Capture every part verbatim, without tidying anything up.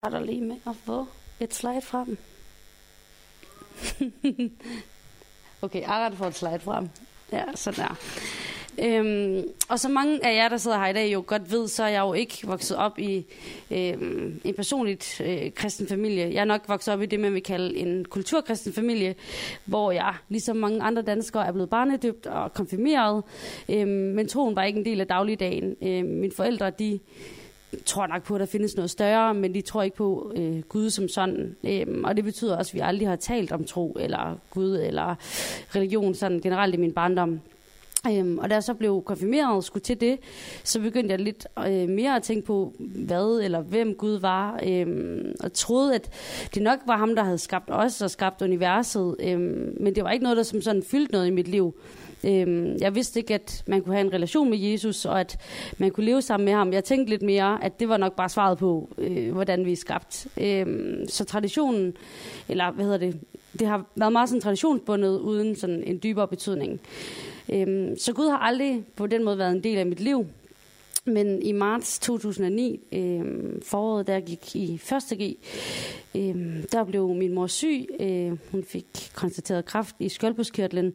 Jeg starter lige med at få et slide frem. Okay, Arat får et slide frem. Ja, sådan der. Øhm, og så mange af jer, der sidder her i dag, jo godt ved, så er jeg jo ikke vokset op i øhm, en personligt øh, kristen familie. Jeg er nok vokset op i det, man vil kalde en kulturkristen familie, hvor jeg, ligesom mange andre danskere, er blevet barnedøbt og konfirmeret. Øhm, men troen var ikke en del af dagligdagen. Øhm, mine forældre, de tror nok på, at der findes noget større, men de tror ikke på øh, Gud som sådan. Øhm, og det betyder også, at vi aldrig har talt om tro, eller Gud, eller religion sådan generelt i min barndom. Øhm, og da jeg så blev konfirmeret og skulle til det, så begyndte jeg lidt øh, mere at tænke på, hvad eller hvem Gud var. Øhm, og troede, at det nok var ham, der havde skabt os og skabt universet. Øhm, men det var ikke noget, der som sådan fyldte noget i mit liv. Øhm, jeg vidste ikke, at man kunne have en relation med Jesus, og at man kunne leve sammen med ham. Jeg tænkte lidt mere, at det var nok bare svaret på, øh, hvordan vi er skabt. Øhm, så traditionen, eller hvad hedder det, det har været meget sådan traditionsbundet, uden sådan en dybere betydning. Øhm, så Gud har aldrig på den måde været en del af mit liv. Men i marts to tusind og ni, øhm, foråret, der gik i første G, øhm, der blev min mor syg. Øh, hun fik konstateret kræft i skjoldbruskkirtlen.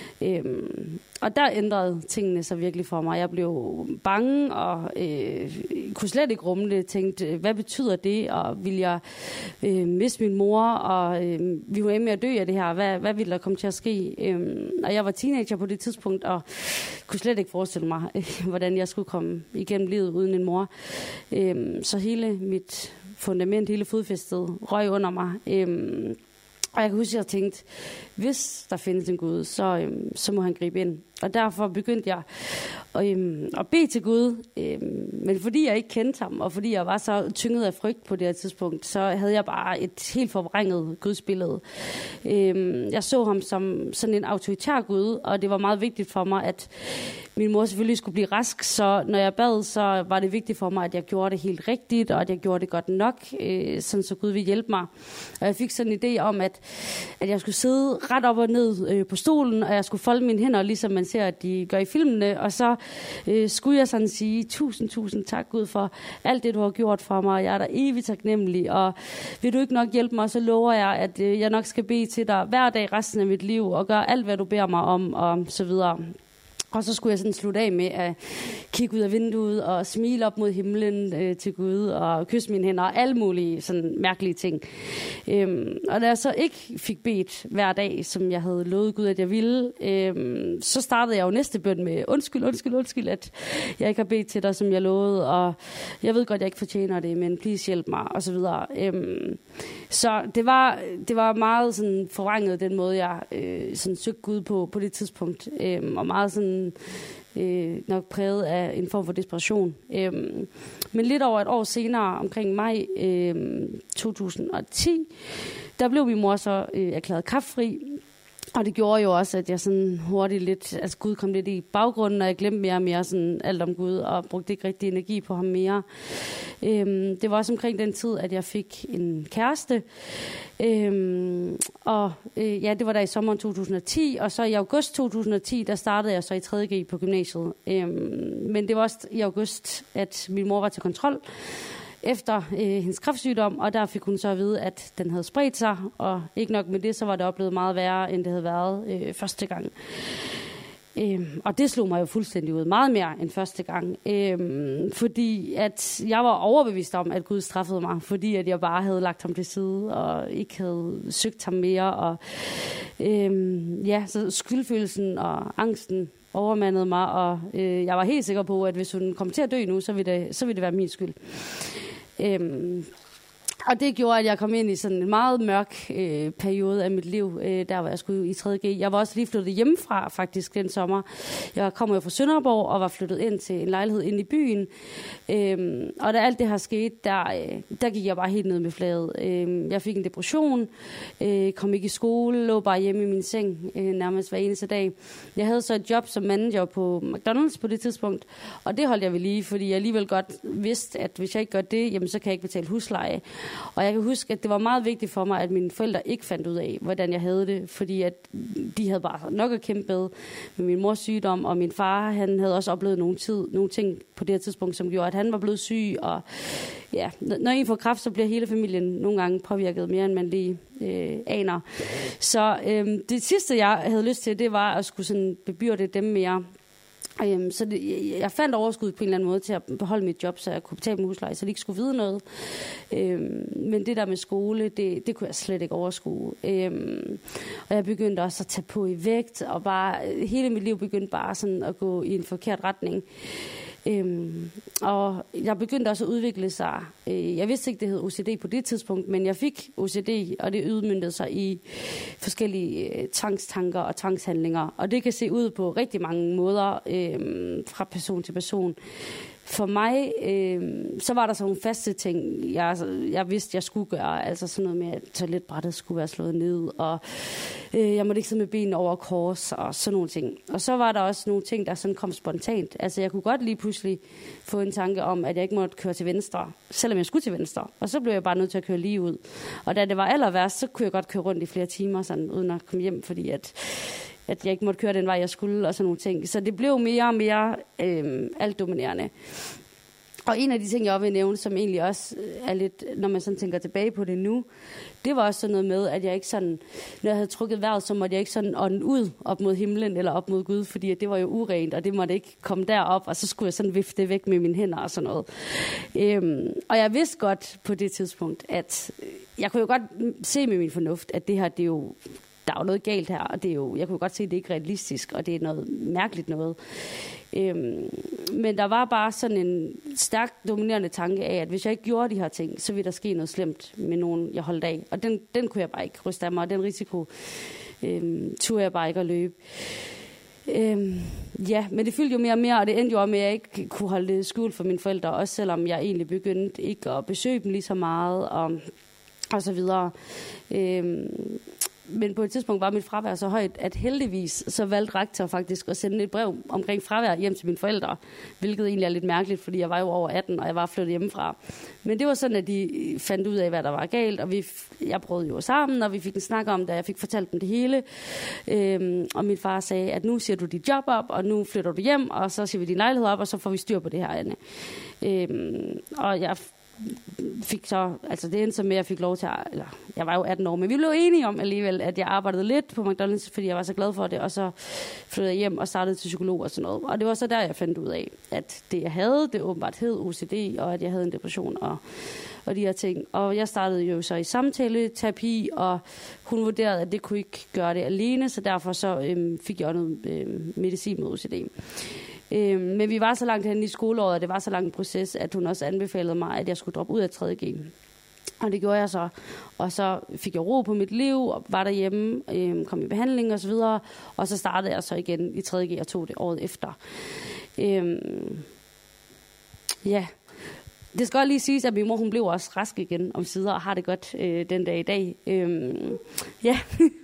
Øhm, og der ændrede tingene sig virkelig for mig. Jeg blev bange og øh, kunne slet ikke rumme det. Tænkte, hvad betyder det? Og ville jeg øh, miste min mor? Og øh, vi var med at dø af det her. Hvad, hvad ville der komme til at ske? Øhm, og jeg var teenager på det tidspunkt, og kunne slet ikke forestille mig, øh, hvordan jeg skulle komme igennem livet uden en mor. Øhm, så hele mit fundament, hele fodfæstet, røg under mig. Øhm, Og jeg kan huske, at jeg tænkte, hvis der findes en Gud, så, øhm, så må han gribe ind. Og derfor begyndte jeg øhm, at bede til Gud. Øhm, men fordi jeg ikke kendte ham, og fordi jeg var så tynget af frygt på det her tidspunkt, så havde jeg bare et helt forvrænget gudsbillede. Øhm, jeg så ham som sådan en autoritær Gud, og det var meget vigtigt for mig, at min mor selvfølgelig skulle blive rask. Så når jeg bad, så var det vigtigt for mig, at jeg gjorde det helt rigtigt, og at jeg gjorde det godt nok, øh, sådan så Gud ville hjælpe mig. Og jeg fik sådan en idé om, at, at jeg skulle sidde ret op og ned øh, på stolen, og jeg skulle folde mine hænder, ligesom man ser, at de gør i filmene. Og så øh, skulle jeg sådan sige, tusind, tusind tak Gud for alt det, du har gjort for mig. Jeg er der evigt taknemmelig, og vil du ikke nok hjælpe mig, så lover jeg, at øh, jeg nok skal bede til dig hver dag resten af mit liv, og gøre alt, hvad du beder mig om, og så videre. Og så skulle jeg sådan slutte af med at kigge ud af vinduet og smile op mod himlen øh, til Gud og kysse mine hænder og alle mulige sådan mærkelige ting. Øhm, og da jeg så ikke fik bedt hver dag, som jeg havde lovet Gud, at jeg ville, øhm, så startede jeg jo næste bøn med undskyld, undskyld, undskyld, at jeg ikke har bedt til dig, som jeg lovede, og jeg ved godt, at jeg ikke fortjener det, men please hjælp mig, og så videre. Øhm, så det var, det var meget sådan forvrænget, den måde, jeg øh, sådan søgte Gud på på det tidspunkt, øhm, og meget sådan Øh, nok præget af en form for desperation. Øhm, men lidt over et år senere, omkring maj øh, to tusind og ti, der blev min mor så øh, erklæret kræftfri. Og det gjorde jo også, at jeg sådan hurtigt lidt, altså Gud kom lidt i baggrunden, og jeg glemte mere og mere sådan alt om Gud, og brugte ikke rigtig energi på ham mere. Øhm, det var også omkring den tid, at jeg fik en kæreste. Øhm, og øh, ja, det var der i sommeren to tusind og ti, og så i august to tusind og ti, der startede jeg så i tredje G på gymnasiet. Øhm, men det var også i august, at min mor var til kontrol efter øh, hendes kræftsygdom, og der fik hun så at vide, at den havde spredt sig, og ikke nok med det, så var det oplevet meget værre, end det havde været øh, første gang. Øhm, og det slog mig jo fuldstændig ud, meget mere end første gang, øhm, fordi at jeg var overbevist om, at Gud straffede mig, fordi at jeg bare havde lagt ham til side, og ikke havde søgt ham mere, og øhm, ja, så skyldfølelsen og angsten overmandede mig, og øh, jeg var helt sikker på, at hvis hun kom til at dø nu, så ville det, så ville det være min skyld. Øhm, og det gjorde, at jeg kom ind i sådan en meget mørk øh, periode af mit liv, øh, der hvor jeg skulle i tredje G. Jeg var også lige flyttet hjemmefra faktisk den sommer. Jeg kom jo fra Sønderborg og var flyttet ind til en lejlighed inde i byen. Øhm, og da alt det her skete, der, øh, der gik jeg bare helt ned med flaget. Øhm, jeg fik en depression, øh, kom ikke i skole, lå bare hjemme i min seng øh, nærmest hver eneste dag. Jeg havde så et job som manager på McDonald's på det tidspunkt, og det holdt jeg ved lige, fordi jeg alligevel godt vidste, at hvis jeg ikke gør det, jamen, så kan jeg ikke betale husleje. Og jeg kan huske, at det var meget vigtigt for mig, at mine forældre ikke fandt ud af, hvordan jeg havde det, fordi at de havde bare nok at kæmpe med med min mors sygdom, og min far, han havde også oplevet nogle, tid, nogle ting på det her tidspunkt, som gjorde, at han var blevet syg, og ja, når en får kræft, så bliver hele familien nogle gange påvirket mere, end man lige øh, aner. Så øh, det sidste, jeg havde lyst til, det var at skulle sådan bebyrde dem mere. Um, så det, jeg fandt overskud på en eller anden måde til at beholde mit job, så jeg kunne betale min husleje, så de ikke skulle vide noget. Um, men det der med skole, det, det kunne jeg slet ikke overskue. Um, og jeg begyndte også at tage på i vægt, og bare hele mit liv begyndte bare sådan at gå i en forkert retning. Øhm, og jeg begyndte også at udvikle sig. Øh, jeg vidste ikke, det hed O C D på det tidspunkt, men jeg fik O C D, og det udmøntede sig i forskellige øh, tvangstanker og tvangshandlinger. Og det kan se ud på rigtig mange måder, øh, fra person til person. For mig, øh, så var der sådan nogle faste ting, jeg, jeg vidste, jeg skulle gøre. Altså sådan noget med, at toiletbrættet skulle være slået ned, og øh, jeg måtte ikke sidde med benene over kors, og sådan nogle ting. Og så var der også nogle ting, der sådan kom spontant. Altså jeg kunne godt lige pludselig få en tanke om, at jeg ikke måtte køre til venstre, selvom jeg skulle til venstre. Og så blev jeg bare nødt til at køre lige ud. Og da det var aller værst, så kunne jeg godt køre rundt i flere timer, sådan, uden at komme hjem, fordi at... at jeg ikke måtte køre den vej, jeg skulle, og sådan nogle ting. Så det blev mere og mere øh, altdominerende. Og en af de ting, jeg også vil nævne, som egentlig også er lidt, når man sådan tænker tilbage på det nu, det var også sådan noget med, at jeg ikke sådan, når jeg havde trukket vejret, så måtte jeg ikke sådan ånde ud op mod himlen eller op mod Gud, fordi det var jo urent, og det måtte ikke komme derop, og så skulle jeg sådan vifte det væk med mine hænder og sådan noget. Øhm, og jeg vidste godt på det tidspunkt, at jeg kunne jo godt se med min fornuft, at det her, det er jo, der er jo noget galt her, og det er jo, jeg kunne godt se, at det ikke er realistisk, og det er noget mærkeligt noget. Øhm, men der var bare sådan en stærk dominerende tanke af, at hvis jeg ikke gjorde de her ting, så ville der ske noget slemt med nogen, jeg holdt af. Og den, den kunne jeg bare ikke ryste af mig, og den risiko øhm, turde jeg bare ikke at løbe. Øhm, ja, men det fyldte jo mere og mere, og det endte jo med, at jeg ikke kunne holde det skjult for mine forældre, også selvom jeg egentlig begyndte ikke at besøge dem lige så meget, og, og så videre. Øhm, Men på et tidspunkt var mit fravær så højt, at heldigvis så valgte rektor faktisk at sende et brev omkring fravær hjem til mine forældre, hvilket egentlig er lidt mærkeligt, fordi jeg var jo over atten, og jeg var flyttet hjemmefra. Men det var sådan, at de fandt ud af, hvad der var galt, og vi, jeg brød jo sammen, og vi fik en snak om det, og jeg fik fortalt dem det hele. Øhm, og min far sagde, at nu siger du dit job op, og nu flytter du hjem, og så siger vi din lejlighed op, og så får vi styr på det her, Anne. Øhm, og jeg fik så, altså det endte så med, at jeg fik lov til at, eller jeg var jo atten år, men vi blev enige om alligevel, at jeg arbejdede lidt på McDonald's, fordi jeg var så glad for det, og så flyttede jeg hjem og startede til psykolog og sådan noget. Og det var så der, jeg fandt ud af, at det jeg havde, det åbenbart hed O C D, og at jeg havde en depression og, og de her ting. Og jeg startede jo så i samtaleterapi, og hun vurderede, at det kunne ikke gøre det alene, så derfor så øhm, fik jeg noget øhm, medicin med O C D. Øhm, men vi var så langt henne i skoleåret, og det var så lang en proces, at hun også anbefalede mig, at jeg skulle droppe ud af tredje G. Og det gjorde jeg så. Og så fik jeg ro på mit liv, og var derhjemme, øhm, kom i behandling og så videre. Og så startede jeg så igen i tredje G og tog det året efter. Øhm, ja. Det skal også lige siges, at min mor, hun blev også rask igen om sider, og har det godt øh, den dag i dag. Øhm, ja.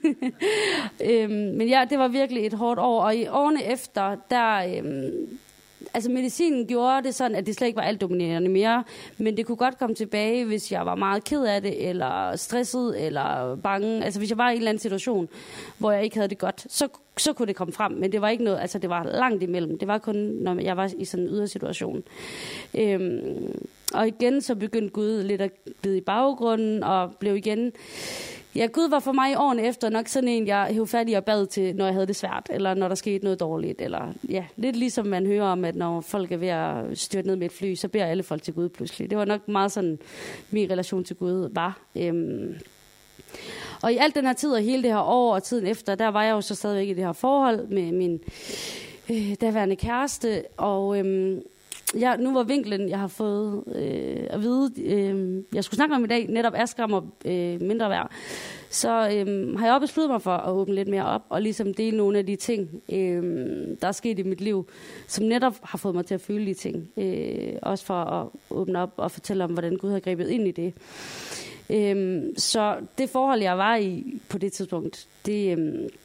øhm, men ja, det var virkelig et hårdt år, og i årene efter, der... Øhm, altså medicinen gjorde det sådan, at det slet ikke var alt dominerende mere, men det kunne godt komme tilbage, hvis jeg var meget ked af det, eller stresset, eller bange. Altså hvis jeg var i en eller anden situation, hvor jeg ikke havde det godt, så, så kunne det komme frem, men det var ikke noget, altså det var langt imellem. Det var kun, når jeg var i sådan en ydersituation. Øhm, og igen så begyndte Gud lidt at glide i baggrunden, og blev igen... Ja, Gud var for mig i årene efter nok sådan en, jeg hævde fat i og bad til, når jeg havde det svært, eller når der skete noget dårligt, eller ja, lidt ligesom man hører om, at når folk er ved at styrte ned med et fly, så beder alle folk til Gud pludselig. Det var nok meget sådan, min relation til Gud var. Øhm. Og i alt den her tid og hele det her år og tiden efter, der var jeg jo så stadigvæk i det her forhold med min øh, daværende kæreste, og... Øhm, Ja, nu var vinklen, jeg har fået øh, at vide, øh, jeg skulle snakke om i dag, netop er skam og øh, mindre værd, så øh, har jeg også besluttet mig for at åbne lidt mere op, og ligesom dele nogle af de ting, øh, der er sket i mit liv, som netop har fået mig til at føle de ting. Øh, også for at åbne op og fortælle om, hvordan Gud har grebet ind i det. Øh, så det forhold, jeg var i på det tidspunkt, det... Øh,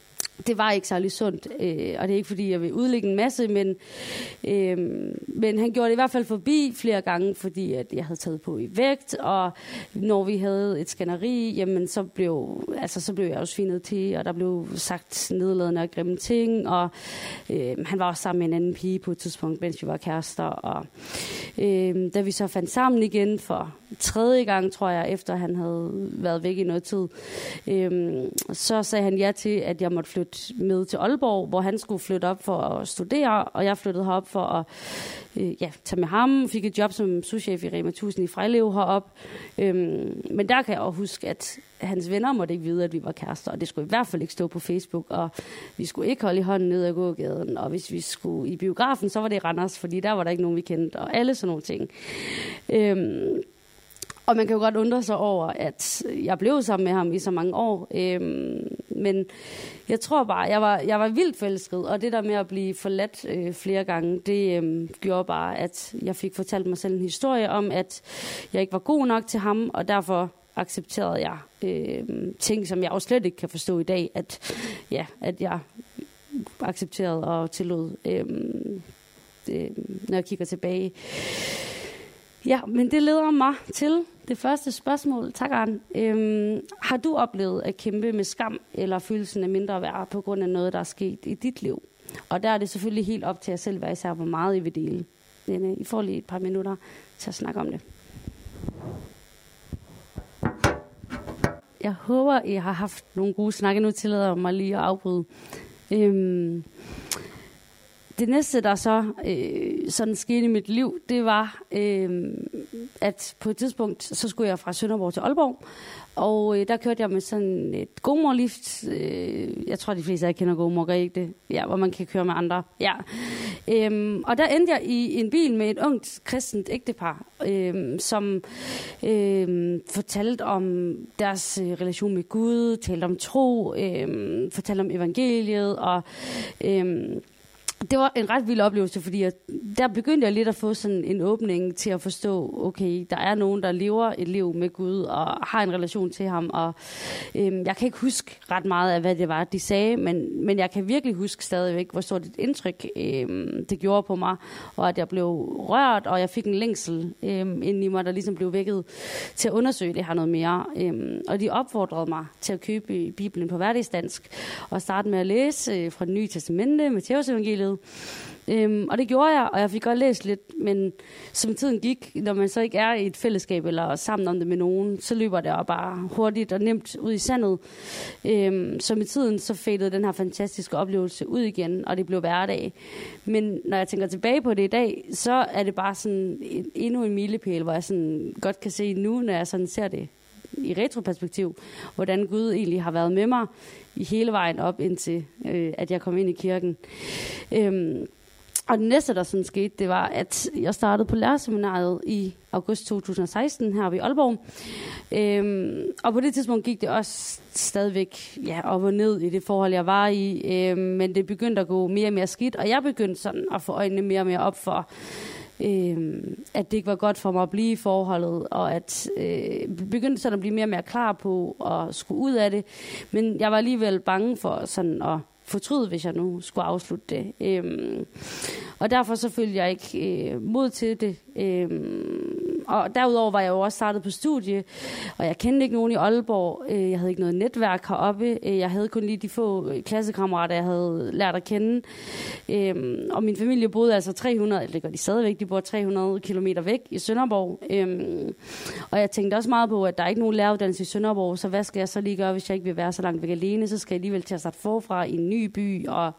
det var ikke særlig sundt, øh, og det er ikke fordi, jeg vil udlægge en masse, men, øh, men han gjorde det i hvert fald forbi flere gange, fordi at jeg havde taget på i vægt, og når vi havde et skænderi, jamen så blev, altså, så blev jeg også svinet til, og der blev sagt nedladende og grimme ting, og øh, han var også sammen med en anden pige på et tidspunkt, mens vi var kærester, og øh, da vi så fandt sammen igen for tredje gang, tror jeg, efter han havde været væk i noget tid, øh, så sagde han ja til, at jeg måtte flytte med til Aalborg, hvor han skulle flytte op for at studere, og jeg flyttede herop for at øh, ja, tage med ham, fik et job som souschef i Rema tusind i Frejlev herop. Øhm, men der kan jeg også huske, at hans venner måtte ikke vide, at vi var kærester, og det skulle i hvert fald ikke stå på Facebook, og vi skulle ikke holde i hånden ned ad gågaden, og hvis vi skulle i biografen, så var det i Randers, fordi der var der ikke nogen, vi kendte, og alle sådan nogle ting. Øhm, Og man kan jo godt undre sig over, at jeg blev sammen med ham i så mange år. Øhm, men jeg tror bare, jeg var, jeg var vildt forelsket, og det der med at blive forladt øh, flere gange, det øh, gjorde bare, at jeg fik fortalt mig selv en historie om, at jeg ikke var god nok til ham, og derfor accepterede jeg øh, ting, som jeg også slet ikke kan forstå i dag, at, ja, at jeg accepterede og tillod, øh, det, når jeg kigger tilbage. Ja, men det leder mig til det første spørgsmål. Tak, Arne. Øhm, har du oplevet at kæmpe med skam eller følelsen af mindre værd på grund af noget, der er sket i dit liv? Og der er det selvfølgelig helt op til jer selv, hvad især hvor meget I vil dele. Men, I får lige et par minutter til at snakke om det. Jeg håber, I har haft nogle gode snakke. Nu tillader mig lige at afbryde. Øhm, Det næste, der så øh, sådan skete i mit liv, det var, øh, at på et tidspunkt, så skulle jeg fra Sønderborg til Aalborg, og øh, der kørte jeg med sådan et GoMore-lift. Øh, jeg tror, de fleste af jer kender GoMore, gør I ikke det? Ja, hvor man kan køre med andre. Ja. Øhm, og der endte jeg i en bil med et ungt kristent ægtepar, øh, som øh, fortalte om deres øh, relation med Gud, talte om tro, øh, fortalte om evangeliet, og øh, det var en ret vild oplevelse, fordi jeg, der begyndte jeg lidt at få sådan en åbning til at forstå, okay, der er nogen, der lever et liv med Gud og har en relation til ham. Og øhm, jeg kan ikke huske ret meget af, hvad det var, de sagde, men, men jeg kan virkelig huske stadigvæk, hvor stort et indtryk øhm, det gjorde på mig, og at jeg blev rørt, og jeg fik en længsel øhm, inden i mig, der ligesom blev vækket til at undersøge det her noget mere. Øhm, og de opfordrede mig til at købe Bibelen på hverdagsdansk og starte med at læse øh, fra Det Nye Testamente, Matthæusevangeliet. Øhm, og det gjorde jeg, og jeg fik godt læst lidt, men som tiden gik, når man så ikke er i et fællesskab eller sammen om det med nogen, så løber det jo bare hurtigt og nemt ud i sandet. Øhm, så med tiden så fadede den her fantastiske oplevelse ud igen, og det blev hverdag. Men når jeg tænker tilbage på det i dag, så er det bare sådan en, endnu en milepæl, hvor jeg sådan godt kan se nu, når jeg sådan ser det i retroperspektiv, hvordan Gud egentlig har været med mig i hele vejen op indtil, øh, at jeg kom ind i kirken. Øhm, og det næste, der sådan skete, det var, at jeg startede på lærerseminariet i august to tusind og seksten her ved Aalborg. Øhm, og på det tidspunkt gik det også stadigvæk ja, op og ned i det forhold, jeg var i. Øhm, men det begyndte at gå mere og mere skidt, og jeg begyndte sådan at få øjnene mere og mere op for, Øhm, at det ikke var godt for mig at blive i forholdet, og at øh, begyndte sådan at blive mere og mere klar på at skulle ud af det. Men jeg var alligevel bange for sådan at fortryde, hvis jeg nu skulle afslutte det. Øhm, og derfor så følte jeg ikke øh, mod til det. Øhm, og derudover var jeg jo også startet på studie, og jeg kendte ikke nogen i Aalborg. Øh, jeg havde ikke noget netværk heroppe. Øh, jeg havde kun lige de få klassekammerater, jeg havde lært at kende. Øhm, og min familie boede altså tre hundrede, eller det gør de stadigvæk, de bor tre hundrede kilometer væk i Sønderborg. Øhm, og jeg tænkte også meget på, at der er ikke nogen læreruddannelse i Sønderborg, så hvad skal jeg så lige gøre, hvis jeg ikke vil være så langt væk alene? Så skal jeg alligevel til at starte forfra i en ny by, og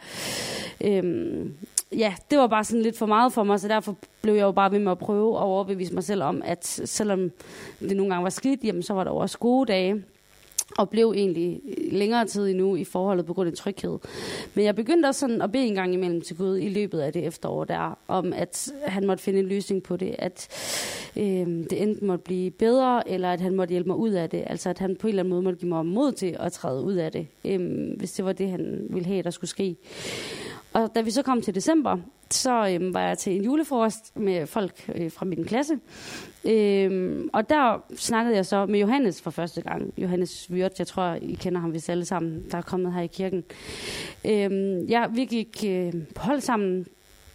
øhm, ja, det var bare sådan lidt for meget for mig, så derfor blev jeg jo bare ved med at prøve at overbevise mig selv om, at selvom det nogle gange var skidt, jamen så var der jo også gode dage, og blev egentlig længere tid endnu i forholdet på grund af tryghed. Men jeg begyndte også sådan at bede en gang imellem til Gud i løbet af det efterår der, om at han måtte finde en løsning på det, at øh, det enten måtte blive bedre, eller at han måtte hjælpe mig ud af det. Altså at han på en eller anden måde måtte give mig mod til at træde ud af det, øh, hvis det var det, han ville have, der skulle ske. Og da vi så kom til december, så øhm, var jeg til en julefrokost med folk øh, fra min klasse. Øhm, og der snakkede jeg så med Johannes for første gang. Johannes Vyrt, jeg tror, I kender ham vist alle sammen, der er kommet her i kirken. Øhm, ja, vi gik øh, på hold sammen.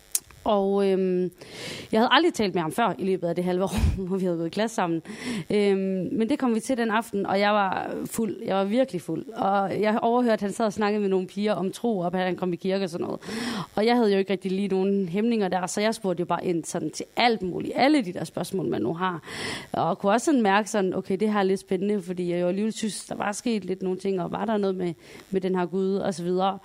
Og øhm, jeg havde aldrig talt med ham før i løbet af det halve år, hvor vi havde gået i klasse sammen. Øhm, men det kom vi til den aften, og jeg var fuld. Jeg var virkelig fuld. Og jeg overhørte, at han sad og snakkede med nogle piger om tro, og at han kom i kirke og sådan noget. Og jeg havde jo ikke rigtig lige nogen hæmninger der, så jeg spurgte jo bare ind sådan til alt muligt. Alle de der spørgsmål, man nu har. Og kunne også sådan mærke sådan, okay, det her er lidt spændende, fordi jeg jo alligevel synes, der var sket lidt nogle ting, og var der noget med, med den her Gud, og så videre.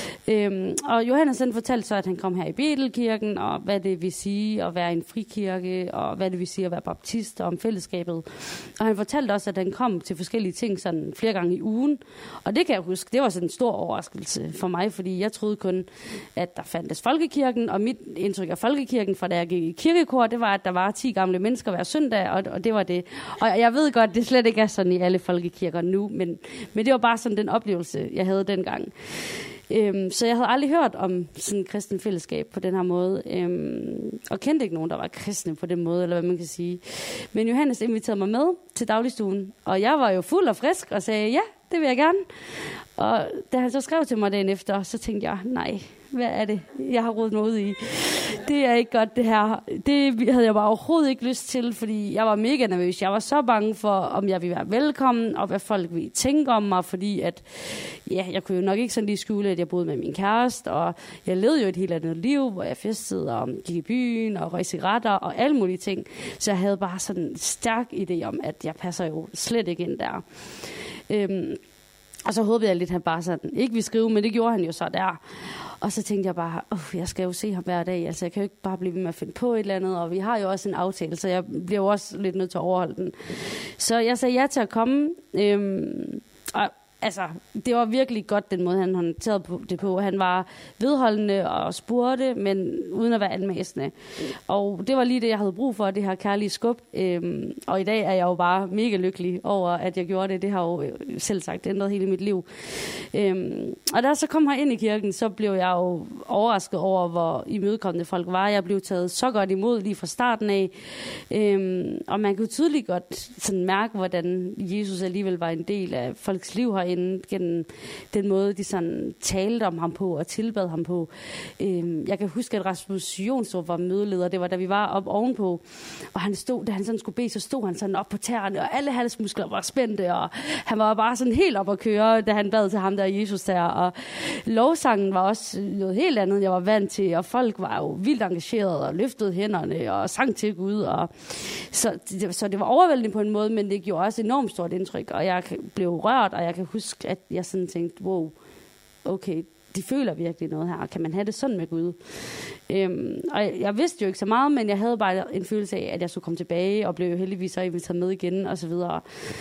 Øhm, og Johannes han fortalte så, at han kom her i Betelkirken, og hvad det vil sige at være en frikirke, og hvad det vil sige at være baptist, og om fællesskabet. Og han fortalte også, at han kom til forskellige ting sådan flere gange i ugen. Og det kan jeg huske, det var sådan en stor overraskelse for mig, fordi jeg troede kun, at der fandtes folkekirken, og mit indtryk af folkekirken, fra da jeg gik i kirkekor, det var, at der var ti gamle mennesker hver søndag, og, og det var det. Og jeg ved godt, det slet ikke er sådan i alle folkekirker nu, men, men det var bare sådan den oplevelse, jeg havde dengang. Øhm, så jeg havde aldrig hørt om sådan et kristen fællesskab på den her måde, øhm, og kendte ikke nogen, der var kristne på den måde, eller hvad man kan sige. Men Johannes inviterede mig med til dagligstuen, og jeg var jo fuld og frisk og sagde, ja, det vil jeg gerne. Og da han så skrev til mig dagen efter, så tænkte jeg, nej, hvad er det, jeg har rodet mig ud i? Det er ikke godt, det her. Det havde jeg bare overhovedet ikke lyst til, fordi jeg var mega nervøs. Jeg var så bange for, om jeg ville være velkommen, og hvad folk ville tænke om mig, fordi at, ja, jeg kunne jo nok ikke sådan lige skjule, at jeg boede med min kæreste, og jeg levede jo et helt andet liv, hvor jeg festede og gik i byen, og røg cigaretter, og alle mulige ting. Så jeg havde bare sådan en stærk idé om, at jeg passer jo slet ikke ind der. Øhm, og så håbede jeg lidt, at han bare sådan, ikke ville skrive, men det gjorde han jo så der. Og så tænkte jeg bare, åh, jeg skal jo se ham hver dag, altså jeg kan jo ikke bare blive ved med at finde på et eller andet, og vi har jo også en aftale, så jeg bliver jo også lidt nødt til at overholde den. Så jeg sagde ja til at komme, øhm, og altså, det var virkelig godt, den måde, han håndterede det på. Han var vedholdende og spurgte, men uden at være anmæsende. Og det var lige det, jeg havde brug for, det her kærlige skub. Øhm, og i dag er jeg jo bare mega lykkelig over, at jeg gjorde det. Det har jo selv sagt ændret hele mit liv. Øhm, og da jeg så kom her ind i kirken, så blev jeg jo overrasket over, hvor imødekommende folk var. Jeg blev taget så godt imod lige fra starten af. Øhm, og man kunne tydeligt godt sådan mærke, hvordan Jesus alligevel var en del af folks liv herinde, gennem den måde, de sådan talte om ham på og tilbad ham på. Øhm, jeg kan huske, at Rasmus Jonsdrup var mødeleder. Det var, da vi var oppe ovenpå. Og han stod, da han sådan skulle bede, så stod han sådan op på tæerne, og alle halsmuskler var spændte, og han var bare sådan helt op at køre, da han bad til ham der Jesus der. Og lovsangen var også noget helt andet, jeg var vant til, og folk var jo vildt engagerede og løftede hænderne og sang til Gud. Og så, så det var overvældende på en måde, men det gjorde også enormt stort indtryk, og jeg blev rørt, og jeg kan huske, at jeg sådan tænkte, wow, okay, de føler virkelig noget her. Kan man have det sådan med Gud? Øhm, og jeg, jeg vidste jo ikke så meget, men jeg havde bare en følelse af, at jeg skulle komme tilbage, og blev jo heldigvis så inviteret med igen, og så videre.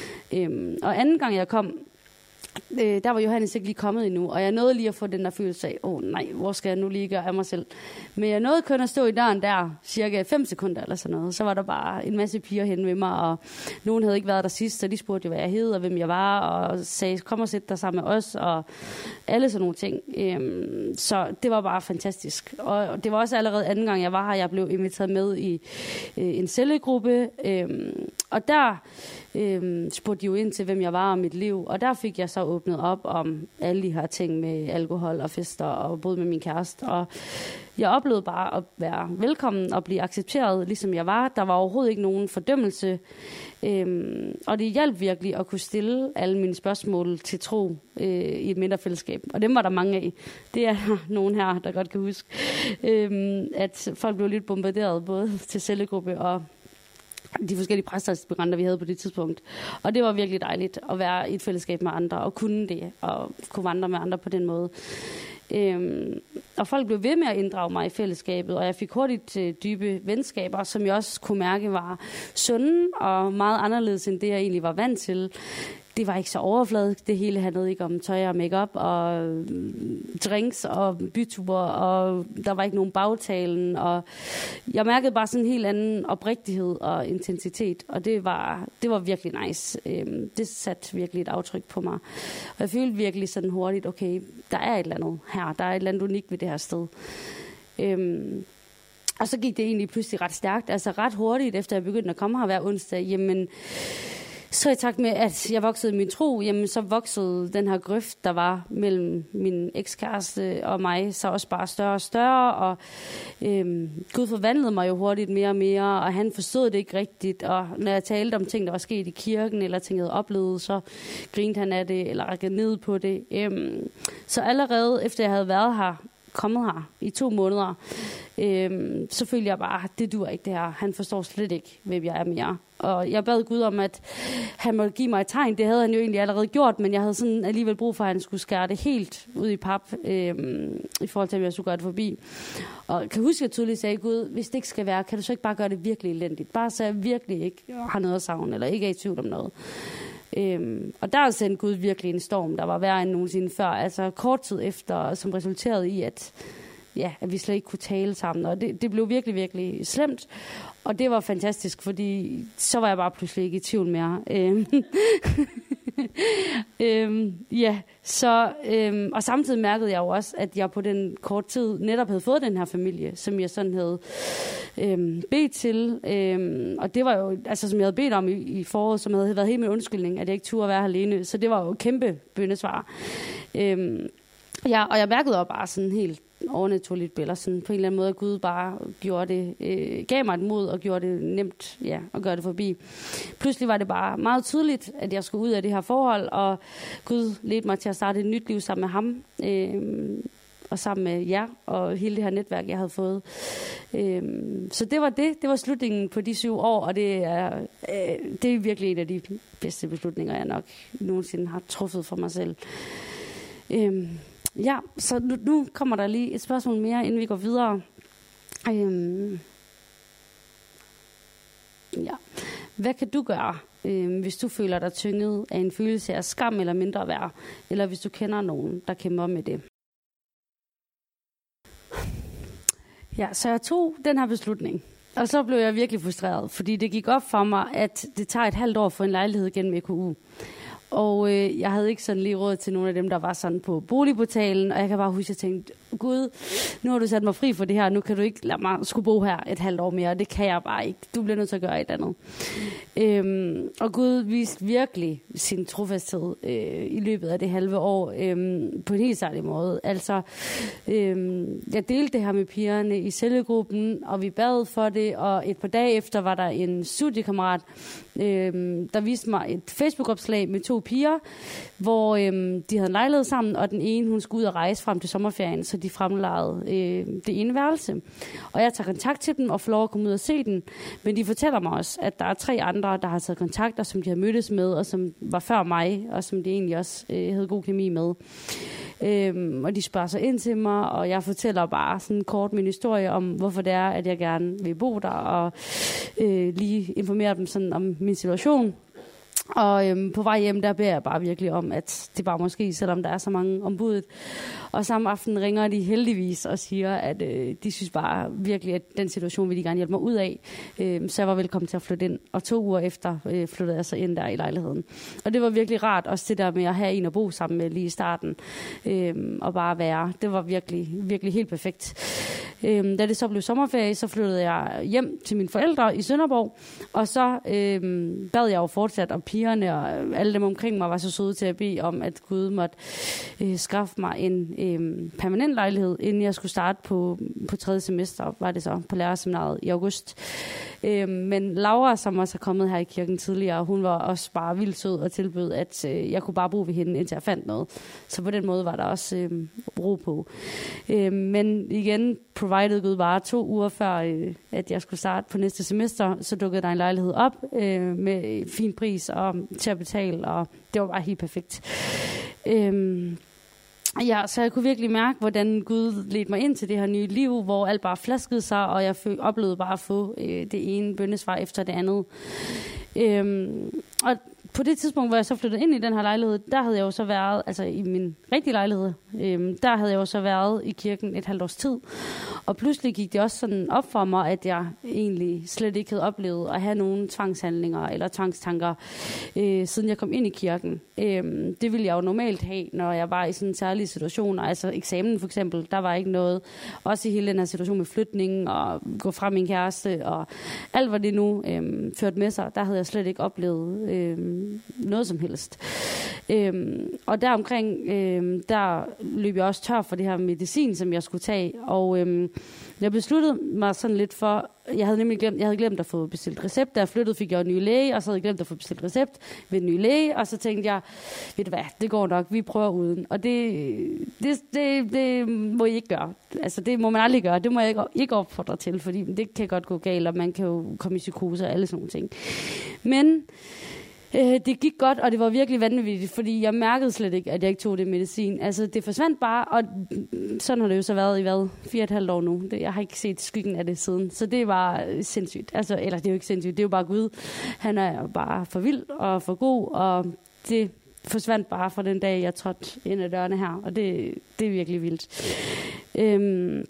Øhm, og anden gang jeg kom, øh, der var Johannes ikke lige kommet endnu, og jeg nåede lige at få den der følelse af, åh oh, nej, hvor skal jeg nu lige gøre af mig selv? Men jeg nåede kun at stå i døren der, cirka fem sekunder eller sådan noget. Så var der bare en masse piger hen ved mig, og nogen havde ikke været der sidst, så de spurgte jo, hvad jeg hed, og hvem jeg var, og sagde, kom og sæt dig sammen med os, og alle sådan nogle ting. Øhm, så det var bare fantastisk. Og det var også allerede anden gang, jeg var her, jeg blev inviteret med i øh, en cellegruppe, øhm, og der øhm, spurgte de jo ind til, hvem jeg var og mit liv, og der fik jeg så åbnet op om alle de her ting med alkohol og fester, og boede med min kæreste, og jeg oplevede bare at være velkommen og blive accepteret, ligesom jeg var. Der var overhovedet ikke nogen fordømmelse, øhm, og det hjalp virkelig at kunne stille alle mine spørgsmål til tro øh, i et mindre fællesskab, og dem var der mange af. Det er nogen her, der godt kan huske, øhm, at folk blev lidt bombarderet, både til cellegruppe og de forskellige præsteaspiranter, vi havde på det tidspunkt. Og det var virkelig dejligt at være i et fællesskab med andre, og kunne det, og kunne vandre med andre på den måde. Øhm, og folk blev ved med at inddrage mig i fællesskabet, og jeg fik hurtigt øh, dybe venskaber, som jeg også kunne mærke var sunde og meget anderledes end det, jeg egentlig var vant til. Det det var ikke så overfladisk. Det hele handlede ikke om tøj og makeup og drinks og byture, og der var ikke nogen bagtalen. Og jeg mærkede bare sådan en helt anden oprigtighed og intensitet, og det var, det var virkelig nice. Øhm, det satte virkelig et aftryk på mig. Og jeg følte virkelig sådan hurtigt, okay, der er et eller andet her. Der er et eller andet unikt ved det her sted. Øhm, og så gik det egentlig pludselig ret stærkt. Altså ret hurtigt, efter jeg begyndte at komme her hver onsdag, jamen så i takt med, at jeg voksede i min tro, jamen så voksede den her grøft, der var mellem min ekskæreste og mig, så også bare større og større, og øhm, Gud forvandlede mig jo hurtigt mere og mere, og han forstod det ikke rigtigt, og når jeg talte om ting, der var sket i kirken, eller ting, jeg havde oplevet, så grinte han af det, eller rækkede ned på det. Øhm, så allerede efter jeg havde været her, kommet her i to måneder, øhm, så følte jeg bare, at det dur ikke det her. Han forstår slet ikke, hvem jeg er mere. Og jeg bad Gud om, at han måtte give mig et tegn. Det havde han jo egentlig allerede gjort, men jeg havde sådan alligevel brug for, at han skulle skære det helt ud i pap, øhm, i forhold til, at jeg skulle gøre det forbi. Og kan huske, at jeg tydeligt sagde, Gud, hvis det ikke skal være, kan du så ikke bare gøre det virkelig elendigt? Bare så jeg virkelig ikke har noget at savne, eller ikke er i tvivl om noget. Øhm, og der sendte Gud virkelig en storm, der var værre end nogensinde før. Altså kort tid efter, som resulterede i, at, ja, at vi slet ikke kunne tale sammen. Og det, det blev virkelig, virkelig slemt. Og det var fantastisk, fordi så var jeg bare pludselig ikke i tvivl mere. Øhm, øhm, ja, så, øhm, og samtidig mærkede jeg jo også, at jeg på den kort tid netop havde fået den her familie, som jeg sådan havde øhm, bedt til. Øhm, og det var jo, altså som jeg havde bedt om i, i foråret, som havde været helt min undskyldning, at jeg ikke turde være alene. Så det var jo kæmpe bønnesvar. Øhm, ja, og jeg mærkede jo bare sådan helt overnaturligt billeder, sådan på en eller anden måde, at Gud bare gjorde det, øh, gav mig et mod og gjorde det nemt, ja, at gøre det forbi. Pludselig var det bare meget tydeligt, at jeg skulle ud af det her forhold, og Gud ledte mig til at starte et nyt liv sammen med ham, øh, og sammen med jer, og hele det her netværk, jeg havde fået. Øh, så det var det. Det var slutningen på de syv år, og det er, øh, det er virkelig en af de bedste beslutninger, jeg nok nogensinde har truffet for mig selv. Øh, Ja, så nu, nu kommer der lige et spørgsmål mere, inden vi går videre. Øhm, ja. Hvad kan du gøre, øhm, hvis du føler dig tynget af en følelse af skam eller mindre værd, eller hvis du kender nogen, der kæmper med det? Ja, så jeg tog den her beslutning, og så blev jeg virkelig frustreret, fordi det gik op for mig, at det tager et halvt år for en lejlighed gennem E K U. Og øh, jeg havde ikke sådan lige råd til nogle af dem, der var sådan på boligportalen, og jeg kan bare huske, at jeg tænkte, Gud, nu har du sat mig fri for det her, nu kan du ikke lade mig skulle bo her et halvt år mere, og det kan jeg bare ikke. Du bliver nødt til at gøre et andet. Øhm, og Gud viste virkelig sin trofasthed øh, i løbet af det halve år, øh, på en helt særlig måde. Altså, øh, jeg delte det her med pigerne i cellegruppen, og vi bad for det, og et par dage efter var der en studiekammerat, øh, der viste mig et Facebook-opslag med to piger, hvor øh, de havde en lejlighed sammen, og den ene, hun skulle ud og rejse frem til sommerferien, så de fremlejede øh, det ene værelse. Og jeg tager kontakt til dem og får lov at komme ud og se den, men de fortæller mig også, at der er tre andre, der har taget kontakter, som de har mødtes med, og som var før mig, og som de egentlig også øh, havde god kemi med. Øhm, og de spørger sig ind til mig, og jeg fortæller bare sådan kort min historie om, hvorfor det er, at jeg gerne vil bo der, og øh, lige informere dem sådan om min situation. Og øhm, på vej hjem, der beder jeg bare virkelig om, at det bare måske, selvom der er så mange ombudet. Og samme aften ringer de heldigvis og siger, at øh, de synes bare virkelig, at den situation vil de gerne hjælpe mig ud af. Øh, så jeg var velkommen til at flytte ind. Og to uger efter øh, flyttede jeg så ind der i lejligheden. Og det var virkelig rart, også det der med at have en at bo sammen med lige i starten. Øh, og bare være. Det var virkelig, virkelig helt perfekt. Øh, da det så blev sommerferie, så flyttede jeg hjem til mine forældre i Sønderborg. Og så øh, bad jeg jo fortsat, og pigerne og alle dem omkring mig var så søde til at bede om, at Gud måtte øh, skaffe mig en øh, permanent lejlighed, inden jeg skulle starte på, på tredje semester, var det så, på lærerseminariet i august. Øh, men Laura, som også er kommet her i kirken tidligere, hun var også bare vildt sød og tilbød, at øh, jeg kunne bare bo ved hende, indtil jeg fandt noget. Så på den måde var der også øh, ro på. Øh, men igen, provided Gud bare to uger før, øh, at jeg skulle starte på næste semester, så dukkede der en lejlighed op øh, med fin pris og til at betale, og det var bare helt perfekt. Øhm, ja, så jeg kunne virkelig mærke, hvordan Gud ledte mig ind til det her nye liv, hvor alt bare flaskede sig, og jeg fø- oplevede bare at få øh, det ene bønnesvar efter det andet. Øhm, og på det tidspunkt, hvor jeg så flyttede ind i den her lejlighed, der havde jeg jo så været, altså i min rigtige lejlighed, øhm, der havde jeg jo så været i kirken et halvt års tid. Og pludselig gik det også sådan op for mig, at jeg egentlig slet ikke havde oplevet at have nogen tvangshandlinger eller tvangstanker, øh, siden jeg kom ind i kirken. Øhm, det ville jeg jo normalt have, når jeg var i sådan særlige situationer. Altså eksamen for eksempel, der var ikke noget. Også i hele den her situation med flytningen og gå fra min kæreste og alt, hvad det nu øhm, førte med sig, der havde jeg slet ikke oplevet øhm, noget som helst. Øhm, og deromkring, øhm, der løb jeg også tør for det her medicin, som jeg skulle tage. Og øhm, jeg besluttede mig sådan lidt for, jeg havde nemlig glemt, jeg havde glemt at få bestilt recept. Da jeg flyttede, fik jeg en ny læge, og så havde jeg glemt at få bestilt recept ved en ny læge. Og så tænkte jeg, ved du hvad, det går nok, vi prøver uden. Og det, det, det, det må I ikke gøre. Altså det må man aldrig gøre. Det må jeg ikke, ikke opfordre til, fordi det kan godt gå galt, og man kan jo komme i psykose og alle sådan nogle ting. Men Øh, det gik godt, og det var virkelig vanvittigt, fordi jeg mærkede slet ikke, at jeg ikke tog det medicin. Altså, det forsvandt bare, og sådan har det jo så været i hvad? Fire og et halvt år nu. Det, jeg har ikke set skyggen af det siden, så det var sindssygt. Altså, eller det er jo ikke sindssygt, det er jo bare Gud. Han er bare for vild og for god, og det forsvandt bare fra den dag, jeg trådte ind ad dørene her, og det, det er virkelig vildt. Øhm,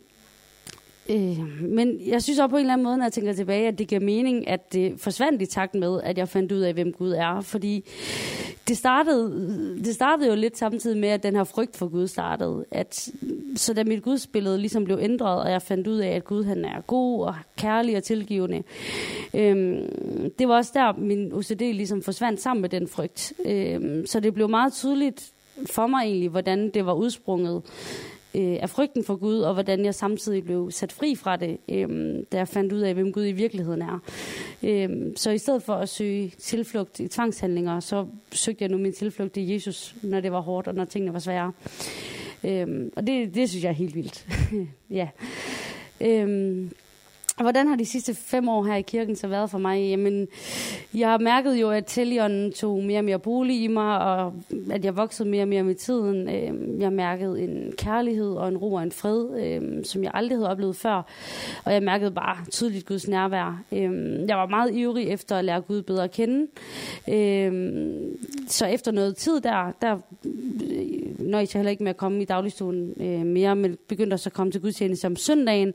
Øh, men jeg synes også på en eller anden måde, når jeg tænker tilbage, at det giver mening, at det forsvandt i takt med, at jeg fandt ud af, hvem Gud er. Fordi det startede, det startede jo lidt samtidig med, at den her frygt for Gud startede. At, så da mit gudsbillede ligesom blev ændret, og jeg fandt ud af, at Gud han er god og kærlig og tilgivende. Øh, det var også der, min O C D ligesom forsvandt sammen med den frygt. Øh, så det blev meget tydeligt for mig egentlig, hvordan det var udsprunget af frygten for Gud, og hvordan jeg samtidig blev sat fri fra det, øhm, da jeg fandt ud af, hvem Gud i virkeligheden er. Øhm, så i stedet for at søge tilflugt i tvangshandlinger, så søgte jeg nu min tilflugt i Jesus, når det var hårdt, og når tingene var svære. Øhm, og det, det synes jeg er helt vildt. ja. Øhm, Hvordan har de sidste fem år her i kirken så været for mig? Jamen, jeg har mærket jo, at Helligånden tog mere og mere bolig i mig, og at jeg voksede mere og mere med tiden. Jeg har mærket en kærlighed og en ro og en fred, som jeg aldrig havde oplevet før. Og jeg mærkede bare tydeligt Guds nærvær. Jeg var meget ivrig efter at lære Gud bedre at kende. Så efter noget tid der, der nøjes jeg heller ikke med at komme i dagligstuen mere, men begyndte også at komme til gudstjeneste om søndagen.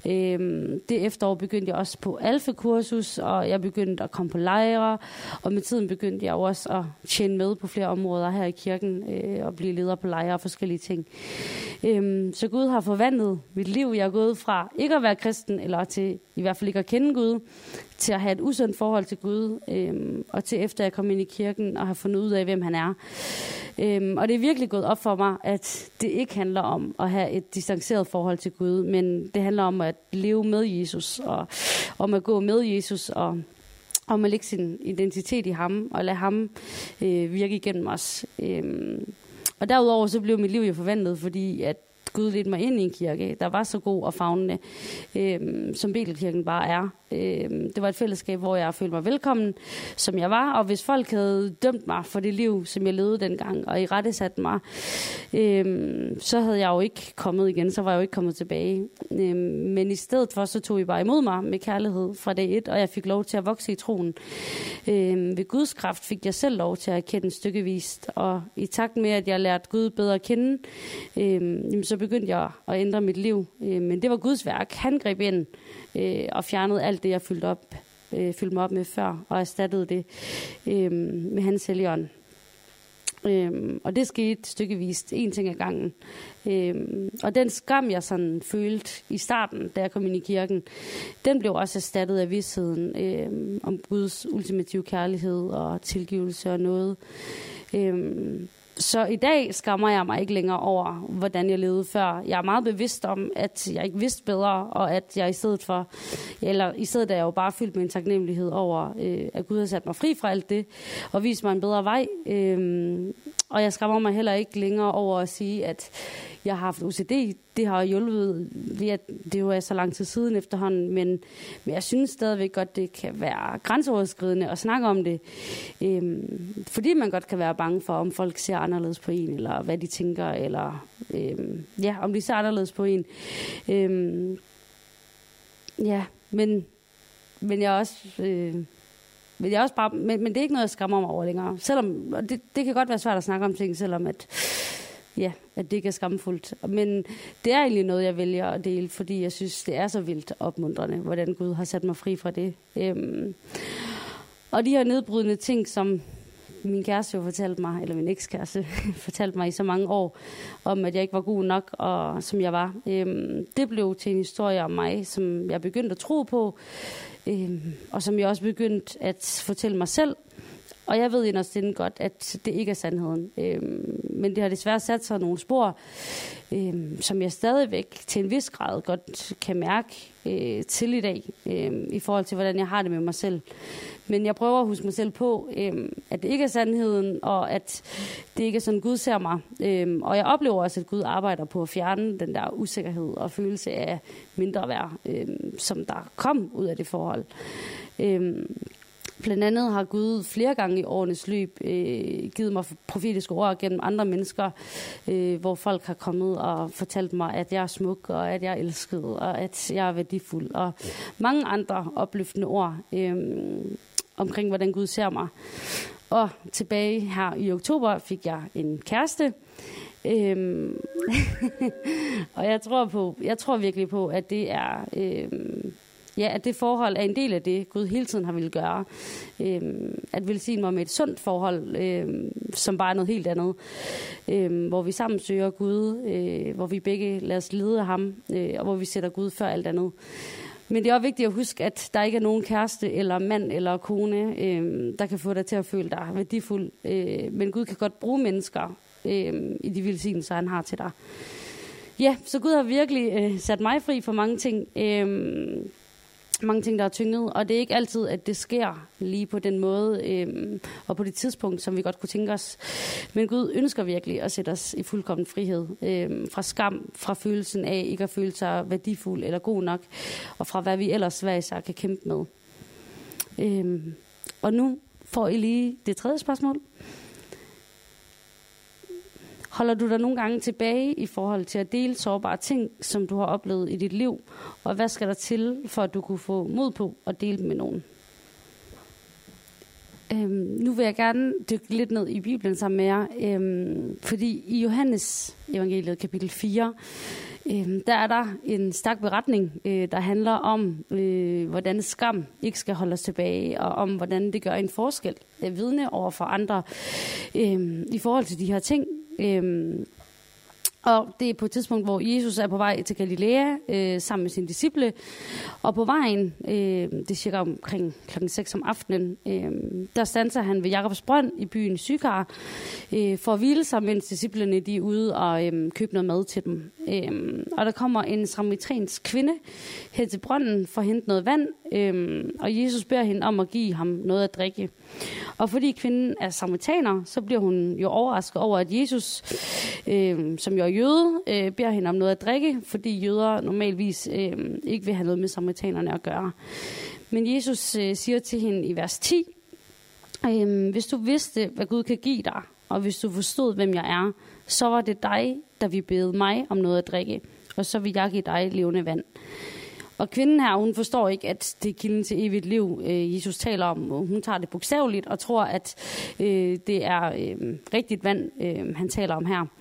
Det efterår begyndte jeg også på alfa-kursus, og jeg begyndte at komme på lejre, og med tiden begyndte jeg også at tjene med på flere områder her i kirken, øh, og blive leder på lejre og forskellige ting. Øhm, så Gud har forvandlet mit liv. Jeg er gået fra ikke at være kristen, eller til i hvert fald ikke at kende Gud, til at have et usundt forhold til Gud, øhm, og til efter jeg kom ind i kirken og har fundet ud af, hvem han er. Øhm, og det er virkelig gået op for mig, at det ikke handler om at have et distanceret forhold til Gud, men det handler om at leve med Jesus, og om at gå med Jesus, og om at lægge sin identitet i ham, og lade ham øh, virke igennem os. Øhm, og derudover så blev mit liv jo forvandlet, fordi at Gud ledte mig ind i en kirke, der var så god og favnende, øhm, som Betelkirken bare er. Øhm, det var et fællesskab, hvor jeg følte mig velkommen, som jeg var, og hvis folk havde dømt mig for det liv, som jeg levede dengang, og irettesatte mig, øhm, så havde jeg jo ikke kommet igen, så var jeg jo ikke kommet tilbage. Øhm, men i stedet for, så tog I bare imod mig med kærlighed fra dag et, og jeg fik lov til at vokse i troen. Øhm, ved Guds kraft fik jeg selv lov til at kende stykkevist, og i takt med, at jeg lærte Gud bedre at kende, øhm, så begyndte jeg at ændre mit liv. Øh, men det var Guds værk. Han greb ind øh, og fjernede alt det, jeg fyldte, op, øh, fyldte mig op med før, og erstattede det øh, med hans Helligånd. Øh, og det skete stykkevis, en ting ad gangen. Øh, og den skam, jeg sådan følte i starten, da jeg kom ind i kirken, den blev også erstattet af vidsheden øh, om Guds ultimative kærlighed og tilgivelse og noget. Øh, Så i dag skammer jeg mig ikke længere over, hvordan jeg levede før. Jeg er meget bevidst om, at jeg ikke vidste bedre, og at jeg i stedet for, eller i stedet er jeg jo bare fyldt med en taknemmelighed over, øh, at Gud har sat mig fri fra alt det, og vist mig en bedre vej. Øh, og jeg skammer mig heller ikke længere over at sige, at jeg har haft O C D. Det har hjulpet ved, at det jo er så lang tid siden efterhånden, men, men jeg synes stadigvæk godt, det kan være grænseoverskridende at snakke om det. Øhm, fordi man godt kan være bange for, om folk ser anderledes på en, eller hvad de tænker, eller øhm, ja, om de ser anderledes på en. Øhm, ja, men, men jeg er også... Øh, Men, jeg er også bare, men, men det er ikke noget, jeg skræmmer mig over længere. Selvom, og det, det kan godt være svært at snakke om ting, selvom at, ja, at det ikke er skamfuldt. Men det er egentlig noget, jeg vælger at dele, fordi jeg synes, det er så vildt opmuntrende, hvordan Gud har sat mig fri fra det. Øhm, og de her nedbrydende ting, som min kæreste jo fortalte mig, eller min ekskæreste fortalte mig i så mange år, om at jeg ikke var god nok, og som jeg var. Øhm, det blev til en historie om mig, som jeg begyndte at tro på, øhm, og som jeg også begyndte at fortælle mig selv. Og jeg ved inderst inde godt, at det ikke er sandheden. Øhm, men det har desværre sat sig nogle spor, øhm, som jeg stadigvæk til en vis grad godt kan mærke øh, til i dag, øh, i forhold til, hvordan jeg har det med mig selv. Men jeg prøver at huske mig selv på, øh, at det ikke er sandheden, og at det ikke er sådan, Gud ser mig. Øh, og jeg oplever også, at Gud arbejder på at fjerne den der usikkerhed og følelse af mindre værd, øh, som der kom ud af det forhold. Øh, Blandt andet har Gud flere gange i årenes løb øh, givet mig profetiske ord gennem andre mennesker, øh, hvor folk har kommet og fortalt mig, at jeg er smuk, og at jeg er elsket, og at jeg er værdifuld, og mange andre opløftende ord øh, omkring, hvordan Gud ser mig. Og tilbage her i oktober fik jeg en kæreste, øh, og jeg tror, på, jeg tror virkelig på, at det er... Øh, Ja, at det forhold er en del af det, Gud hele tiden har ville gøre. Øhm, at velsigne mig med et sundt forhold, øhm, som bare er noget helt andet. Øhm, hvor vi sammen søger Gud, øh, hvor vi begge lader os lede af ham, øh, og hvor vi sætter Gud før alt andet. Men det er også vigtigt at huske, at der ikke er nogen kæreste, eller mand, eller kone, øh, der kan få dig til at føle dig værdifuld. Øh, men Gud kan godt bruge mennesker øh, i de velsignelser, han har til dig. Ja, så Gud har virkelig øh, sat mig fri for mange ting. Øh, mange ting, der er tynget, og det er ikke altid, at det sker lige på den måde, øhm, og på det tidspunkt, som vi godt kunne tænke os. Men Gud ønsker virkelig at sætte os i fuldkommen frihed, øhm, fra skam, fra følelsen af ikke at føle sig værdifuld eller god nok, og fra hvad vi ellers hver især kan kæmpe med. Øhm, og nu får I lige det tredje spørgsmål. Holder du dig nogle gange tilbage i forhold til at dele sårbare ting, som du har oplevet i dit liv? Og hvad skal der til, for at du kunne få mod på at dele dem med nogen? Øhm, nu vil jeg gerne dykke lidt ned i Bibelen sammen med jer. Øhm, fordi i Johannes evangeliet kapitel fire, øhm, der er der en stærk beretning, øh, der handler om, øh, hvordan skam ikke skal holde os tilbage, og om hvordan det gør en forskel at vidne over for andre øh, i forhold til de her ting. Øhm, og det er på et tidspunkt, hvor Jesus er på vej til Galilea øh, sammen med sine disciple, og på vejen, øh, det er cirka omkring klokken seks om aftenen, øh, der standser han ved Jakobs brønd i byen Sykar, øh, for at hvile sig, mens disciplene de er ude og øh, købe noget mad til dem. Øh, og der kommer en samaritansk kvinde hen til brønden for at hente noget vand, øh, og Jesus beder hende om at give ham noget at drikke. Og fordi kvinden er samaritaner, så bliver hun jo overrasket over, at Jesus, øh, som jo er jøde, øh, beder hende om noget at drikke, fordi jøder normalvis øh, ikke vil have noget med samaritanerne at gøre. Men Jesus øh, siger til hende i vers ti, øh, hvis du vidste, hvad Gud kan give dig, og hvis du forstod, hvem jeg er, så var det dig, der vil bede mig om noget at drikke, og så vil jeg give dig levende vand. Og kvinden her, hun forstår ikke, at det er kilden til evigt liv, øh, Jesus taler om. Hun tager det bogstaveligt og tror, at øh, det er øh, rigtigt vand, øh, han taler om her.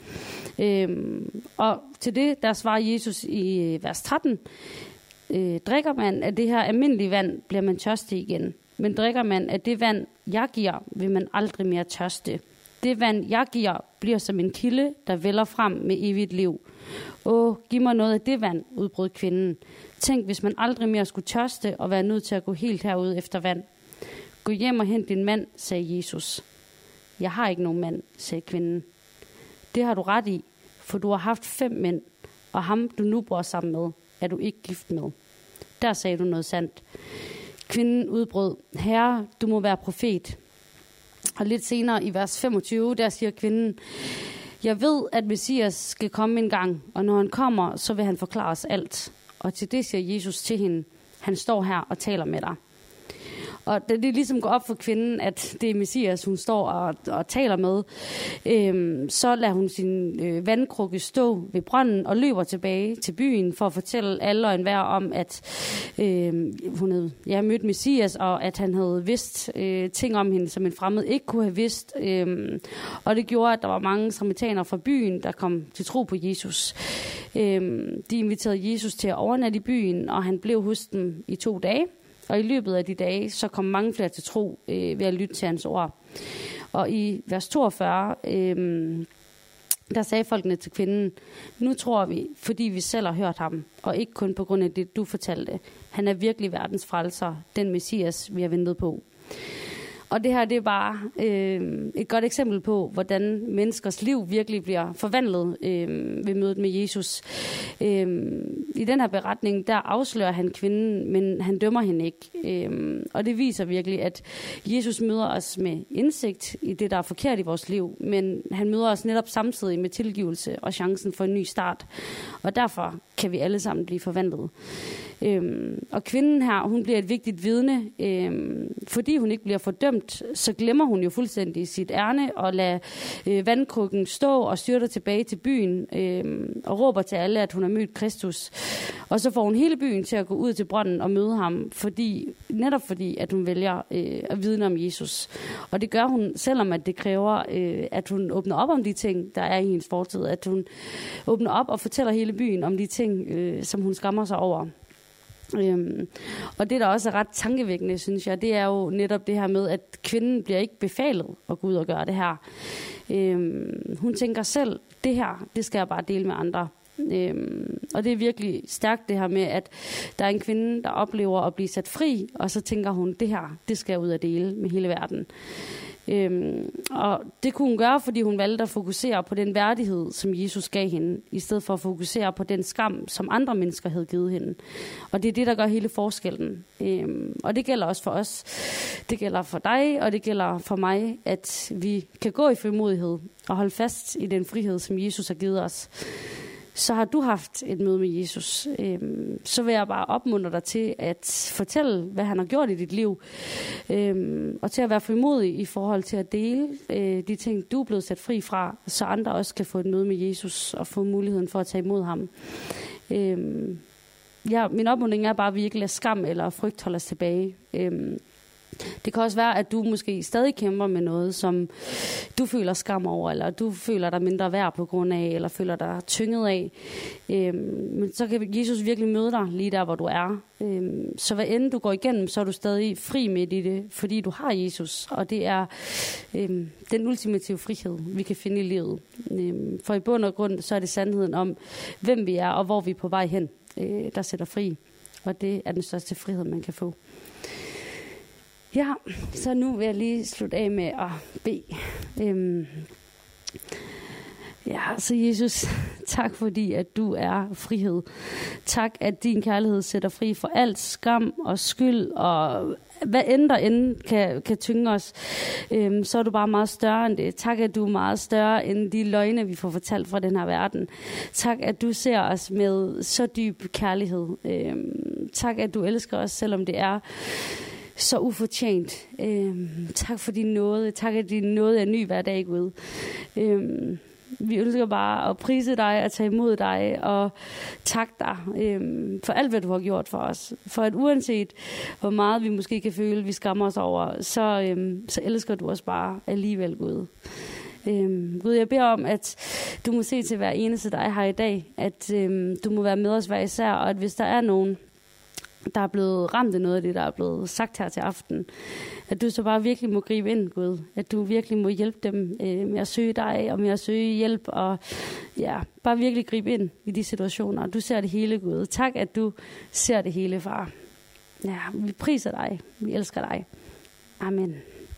Øh, og til det, der svarer Jesus i vers tretten, øh, drikker man af det her almindelige vand, bliver man tørstig igen. Men drikker man af det vand, jeg giver, vil man aldrig mere tørste. Det vand, jeg giver, bliver som en kilde, der vælger frem med evigt liv. Åh, giv mig noget af det vand, udbrød kvinden. Tænk, hvis man aldrig mere skulle tørste og være nødt til at gå helt herud efter vand. Gå hjem og hent din mand, sagde Jesus. Jeg har ikke nogen mand, sagde kvinden. Det har du ret i, for du har haft fem mænd, og ham, du nu bor sammen med, er du ikke gift med. Der sagde du noget sandt. Kvinden udbrød, Herre, du må være profet. Og lidt senere i vers femogtyve, der siger kvinden, jeg ved, at Messias skal komme en gang, og når han kommer, så vil han forklare os alt. Og til det siger Jesus til hende, han står her og taler med dig. Og det, det ligesom går op for kvinden, at det er Messias, hun står og, og taler med. Øhm, så lader hun sin øh, vandkrukke stå ved brønden og løber tilbage til byen for at fortælle alle og enhver om, at øh, hun havde ja, mødt Messias, og at han havde vidst øh, ting om hende, som en fremmed ikke kunne have vidst. Øh, og det gjorde, at der var mange samaritanere fra byen, der kom til tro på Jesus. Øh, de inviterede Jesus til at overnatte i byen, og han blev hos dem i to dage. Og i løbet af de dage, så kom mange flere til tro øh, ved at lytte til hans ord. Og i vers toogfyrre, øh, der sagde folkene til kvinden, nu tror vi, fordi vi selv har hørt ham, og ikke kun på grund af det, du fortalte. Han er virkelig verdens frelser, den Messias, vi har ventet på. Og det her, det er bare øh, et godt eksempel på, hvordan menneskers liv virkelig bliver forvandlet øh, ved mødet med Jesus. Øh, I den her beretning, der afslører han kvinden, men han dømmer hende ikke. Øh, og det viser virkelig, at Jesus møder os med indsigt i det, der er forkert i vores liv, men han møder os netop samtidig med tilgivelse og chancen for en ny start. Og derfor kan vi alle sammen blive forvandlet. Øhm, og kvinden her, hun bliver et vigtigt vidne, øhm, fordi hun ikke bliver fordømt, så glemmer hun jo fuldstændig sit ærne og lader øh, vandkrukken stå og styrter tilbage til byen øhm, og råber til alle, at hun har mødt Kristus. Og så får hun hele byen til at gå ud til brønden og møde ham, fordi, netop fordi, at hun vælger øh, at vidne om Jesus. Og det gør hun, selvom at det kræver, øh, at hun åbner op om de ting, der er i hendes fortid, at hun åbner op og fortæller hele byen om de ting, øh, som hun skammer sig over. Øhm, og det, der også er ret tankevækkende, synes jeg, det er jo netop det her med, at kvinden bliver ikke befalet at gå ud og gøre det her. Øhm, hun tænker selv, det her, det skal jeg bare dele med andre. Øhm, og det er virkelig stærkt det her med, at der er en kvinde, der oplever at blive sat fri, og så tænker hun, det her, det skal jeg ud og dele med hele verden. Øhm, og det kunne hun gøre, fordi hun valgte at fokusere på den værdighed, som Jesus gav hende, i stedet for at fokusere på den skam, som andre mennesker havde givet hende. Og det er det, der gør hele forskellen. Øhm, og det gælder også for os. Det gælder for dig, og det gælder for mig, at vi kan gå i frimodighed og holde fast i den frihed, som Jesus har givet os. Så har du haft et møde med Jesus, øhm, så vil jeg bare opmuntre dig til at fortælle, hvad han har gjort i dit liv, øhm, og til at være frimodig i forhold til at dele øh, de ting, du er blevet sat fri fra, så andre også kan få et møde med Jesus og få muligheden for at tage imod ham. Øhm, ja, min opmuntring er bare, at vi ikke lader skam eller frygt holde os tilbage. Øhm, Det kan også være, at du måske stadig kæmper med noget, som du føler skam over, eller du føler dig mindre værd på grund af, eller føler dig tynget af. Øhm, men så kan Jesus virkelig møde dig lige der, hvor du er. Øhm, så hvad end du går igennem, så er du stadig fri midt i det, fordi du har Jesus. Og det er øhm, den ultimative frihed, vi kan finde i livet. Øhm, for i bund og grund, så er det sandheden om, hvem vi er, og hvor vi er på vej hen, øh, der sætter fri. Og det er den største frihed, man kan få. Ja, så nu vil jeg lige slutte af med at bede. Øhm, ja, så Jesus, tak fordi, at du er frihed. Tak, at din kærlighed sætter fri for alt skam og skyld og hvad end der end kan, kan tynge os, øhm, så er du bare meget større end det. Tak, at du er meget større end de løgne, vi får fortalt fra den her verden. Tak, at du ser os med så dyb kærlighed. Øhm, tak, at du elsker os, selvom det er så ufortjent. Øhm, tak for din nåde. Tak, at din nåde er ny hver dag, Gud. Øhm, vi ønsker bare at prise dig og tage imod dig og takke dig øhm, for alt, hvad du har gjort for os. For at uanset hvor meget vi måske kan føle, vi skammer os over, så, øhm, så elsker du os bare alligevel, Gud. Øhm, Gud, jeg beder om, at du må se til hver eneste dig her i dag, at øhm, du må være med os hver især, og at hvis der er nogen, der er blevet ramt af noget af det, der er blevet sagt her til aften, at du så bare virkelig må gribe ind, Gud. At du virkelig må hjælpe dem øh, med at søge dig, og med at søge hjælp, og ja, bare virkelig gribe ind i de situationer. Du ser det hele, Gud. Tak, at du ser det hele, far. Ja, vi priser dig. Vi elsker dig. Amen.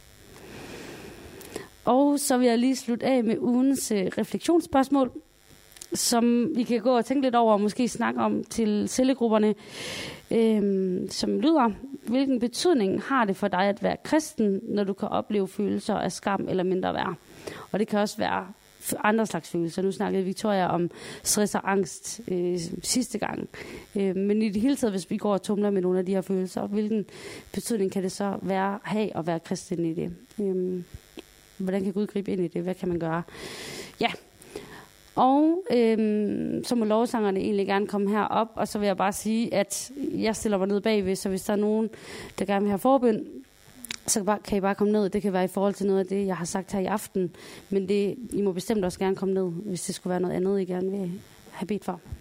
Og så vil jeg lige slutte af med ugens øh, refleksionsspørgsmål, som vi kan gå og tænke lidt over, og måske snakke om til cellegrupperne, øhm, som lyder: hvilken betydning har det for dig at være kristen, når du kan opleve følelser af skam eller mindre værd? Og det kan også være andre slags følelser. Nu snakkede Victoria om stress og angst øh, sidste gang. Øh, men i det hele taget, hvis vi går og tumler med nogle af de her følelser, hvilken betydning kan det så være, have at være kristen i det? Øh, hvordan kan Gud gribe ind i det? Hvad kan man gøre? Ja. Og øhm, så må lovsangerne egentlig gerne komme herop, og så vil jeg bare sige, at jeg stiller mig ned bagved, så hvis der er nogen, der gerne vil have forbøn, så kan I bare komme ned. Det kan være i forhold til noget af det, jeg har sagt her i aften, men det, I må bestemt også gerne komme ned, hvis det skulle være noget andet, I gerne vil have bedt for.